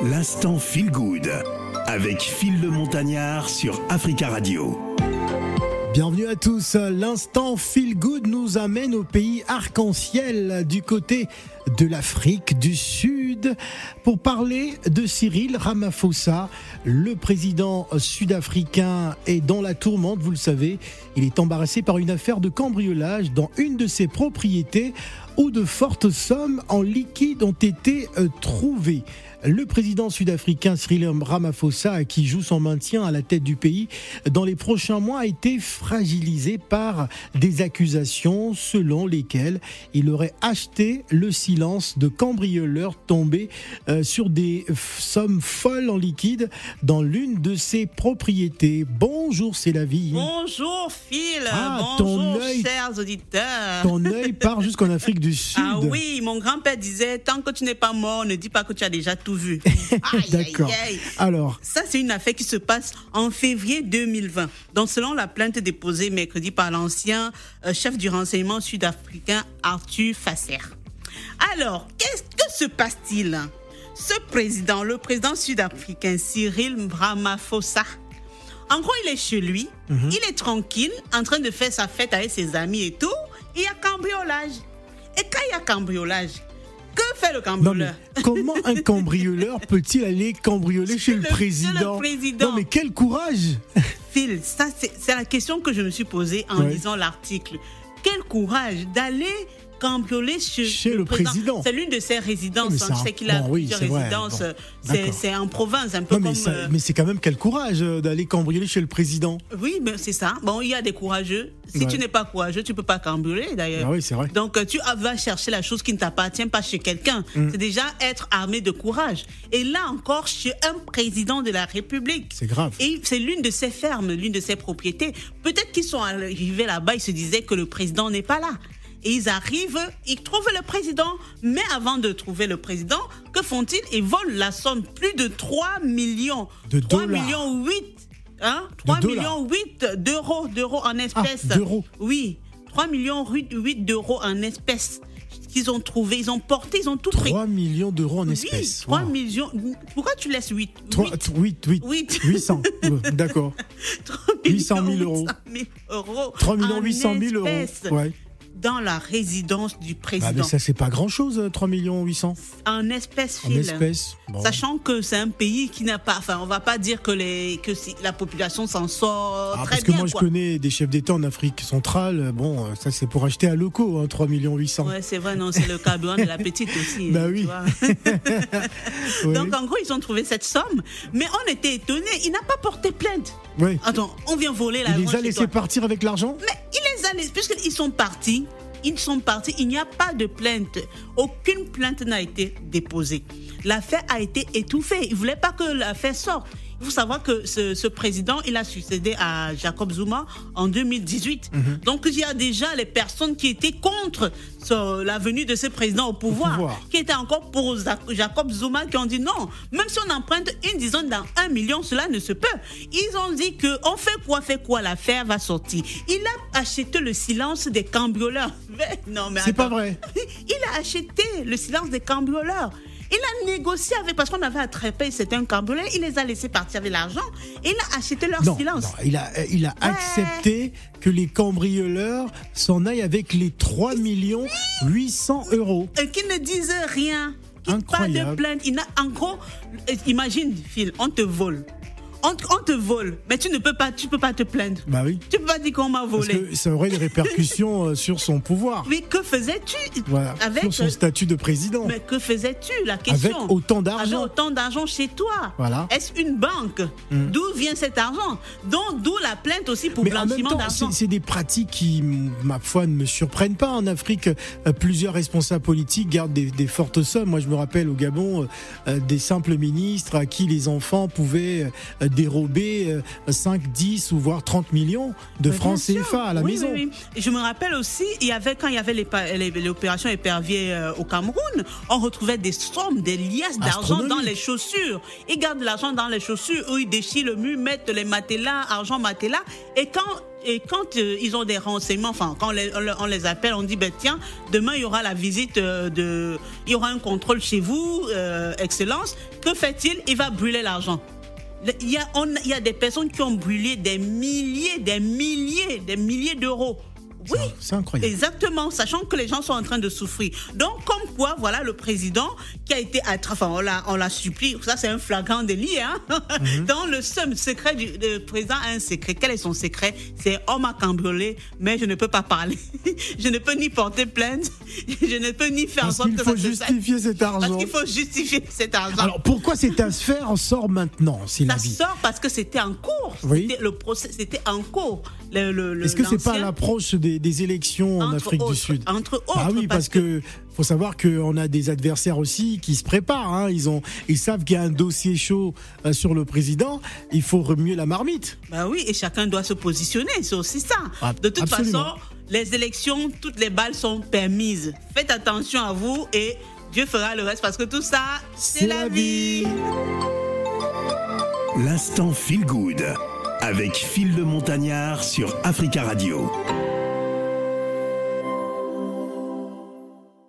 L'instant Feel Good avec Phil le Montagnard sur Africa Radio. Bienvenue à tous. L'instant Feel Good nous amène au pays arc-en-ciel du côté de l'Afrique du Sud pour parler de Cyril Ramaphosa. Le président sud-africain est dans la tourmente, vous le savez. Il est embarrassé par une affaire de cambriolage dans une de ses propriétés où de fortes sommes en liquide ont été trouvées. Le président sud-africain Cyril Ramaphosa, qui joue son maintien à la tête du pays dans les prochains mois, a été fragilisé par des accusations selon lesquelles il aurait acheté le silence de cambrioleurs tombés sur des sommes folles en liquide dans l'une de ses propriétés. Bonjour, c'est la vie. Bonjour Phil, bonjour chers auditeurs. Ton œil part jusqu'en Afrique du Sud. Ah oui, mon grand-père disait, tant que tu n'es pas mort, ne dis pas que tu as déjà tout vu. D'accord. Alors, ça, c'est une affaire qui se passe en février 2020. Donc, selon la plainte déposée mercredi par l'ancien chef du renseignement sud-africain Arthur Fasser. Alors, qu'est-ce que se passe-t-il? Ce président, le président sud-africain Cyril Ramaphosa, en gros, il est chez lui, il est tranquille, en train de faire sa fête avec ses amis et tout. Il y a cambriolage. Et quand il y a cambriolage, que fait le cambrioleur? Comment un cambrioleur peut-il aller cambrioler chez le président? Non mais quel courage! Phil, ça c'est la question que je me suis posée en lisant l'article. Quel courage d'aller cambrioler chez le président. C'est l'une de ses résidences. Je sais qu'il a plusieurs résidences. C'est en province, un peu mais c'est quand même quel courage d'aller cambrioler chez le président. Oui, mais c'est ça. Bon, il y a des courageux. Si tu n'es pas courageux, tu peux pas cambrioler d'ailleurs. Ah oui, c'est vrai. Donc tu vas chercher la chose qui ne t'appartient pas chez quelqu'un. C'est déjà être armé de courage. Et là encore, chez un président de la République. C'est grave. Et c'est l'une de ses fermes, l'une de ses propriétés. Peut-être qu'ils sont arrivés là-bas, ils se disaient que le président n'est pas là. Et ils arrivent, ils trouvent le président. Mais avant de trouver le président, que font-ils? Ils volent la somme, plus de 3 millions. De 3 dollars. millions 8. 3 millions 8 d'euros en espèces. Ah, d'euros. Oui, 3 millions 8 d'euros en espèces qu'ils ont trouvé. Ils ont porté, ils ont tout pris. 3 millions d'euros en espèces. 3 millions. Pourquoi tu laisses 8? 800. D'accord. 800 000 euros. 3 800 000 euros. Ouais. Dans la résidence du président. Ah mais ça c'est pas grand chose, 3 800 000. En espèces, Phil. En espèces. Bon. Sachant que c'est un pays qui n'a pas, enfin on va pas dire que la population s'en sort très bien. Parce que moi je connais des chefs d'État en Afrique centrale, bon ça c'est pour acheter à locaux, 3 800 000. Ouais c'est vrai, non c'est le carburant de la petite aussi. Bah oui. Oui. Donc en gros ils ont trouvé cette somme, mais on était étonnés, il n'a pas porté plainte. Oui. Attends, on vient voler l'argent. Il les a laissés partir avec l'argent? Mais il les a laissés, puisqu'ils sont partis. Ils sont partis, il n'y a pas de plainte. Aucune plainte n'a été déposée. L'affaire a été étouffée. Il ne voulait pas que l'affaire sorte. Il faut savoir que ce président, il a succédé à Jacob Zuma en 2018. Donc, il y a déjà les personnes qui étaient contre la venue de ce président au pouvoir, qui étaient encore pour Jacob Zuma, qui ont dit non, même si on emprunte une dizaine dans 1 million, cela ne se peut. Ils ont dit qu'on fait quoi, l'affaire va sortir. Il a acheté le silence des cambrioleurs. Non, mais c'est pas vrai. Il a acheté le silence des cambrioleurs. Il a négocié avec, parce qu'on avait attrapé certains cambrioleurs, il les a laissés partir avec l'argent et il a acheté leur silence. Non, il a accepté que les cambrioleurs s'en aillent avec les 3 800 000 euros. Et qu'ils ne disent rien, Incroyable. Pas de plainte. En gros, imagine, Phil, on te vole. On te vole, mais tu peux pas te plaindre. Bah oui. Tu peux pas dire qu'on m'a volé. Parce que ça aurait des répercussions sur son pouvoir. Oui, que faisais-tu sur son statut de président? Mais que faisais-tu, la question? Avec autant d'argent. Avec autant d'argent chez toi. Voilà. Est-ce une banque? D'où vient cet argent? Donc, d'où la plainte aussi pour blanchiment d'argent. C'est des pratiques qui, ma foi, ne me surprennent pas. En Afrique, plusieurs responsables politiques gardent des fortes sommes. Moi, je me rappelle au Gabon, des simples ministres à qui les enfants pouvaient dérober 5, 10 ou voire 30 millions de francs CFA à la maison. Oui. Je me rappelle aussi, quand il y avait l'opération épervier au Cameroun, on retrouvait des sommes, des liasses d'argent dans les chaussures. Ils gardent l'argent dans les chaussures, où ils déchirent le mur, mettent les matelas, argent matelas. Et quand quand ils ont des renseignements, enfin, quand on les appelle, on dit, tiens, demain, il y aura la visite il y aura un contrôle chez vous, Excellence. Que fait-il? Il va brûler l'argent. Il y a des personnes qui ont brûlé des milliers d'euros. Oui, c'est incroyable. Exactement, sachant que les gens sont en train de souffrir. Donc, comme quoi, voilà le président qui a été on l'a supplié. Ça, c'est un flagrant délit. Dans le seul secret le président a un secret. Quel est son secret? C'est on m'a cambriolé, mais je ne peux pas parler. Je ne peux ni porter plainte. Je ne peux ni faire en sorte que ça se justifier cet argent. Parce qu'il faut justifier cet argent. Alors, pourquoi cette affaire sort maintenant, Ça sort parce que c'était en cours. Oui. Le procès, c'était en cours. Est-ce que c'est pas à l'approche des élections en Afrique du Sud? Entre autres. Ah oui, parce que faut savoir qu'on a des adversaires aussi qui se préparent. Ils savent qu'il y a un dossier chaud sur le président. Il faut remuer la marmite. Bah oui, et chacun doit se positionner. C'est aussi ça. De toute façon, les élections, toutes les balles sont permises. Faites attention à vous et Dieu fera le reste parce que tout ça, c'est la vie. L'instant Feel Good avec Phil le Montagnard sur Africa Radio.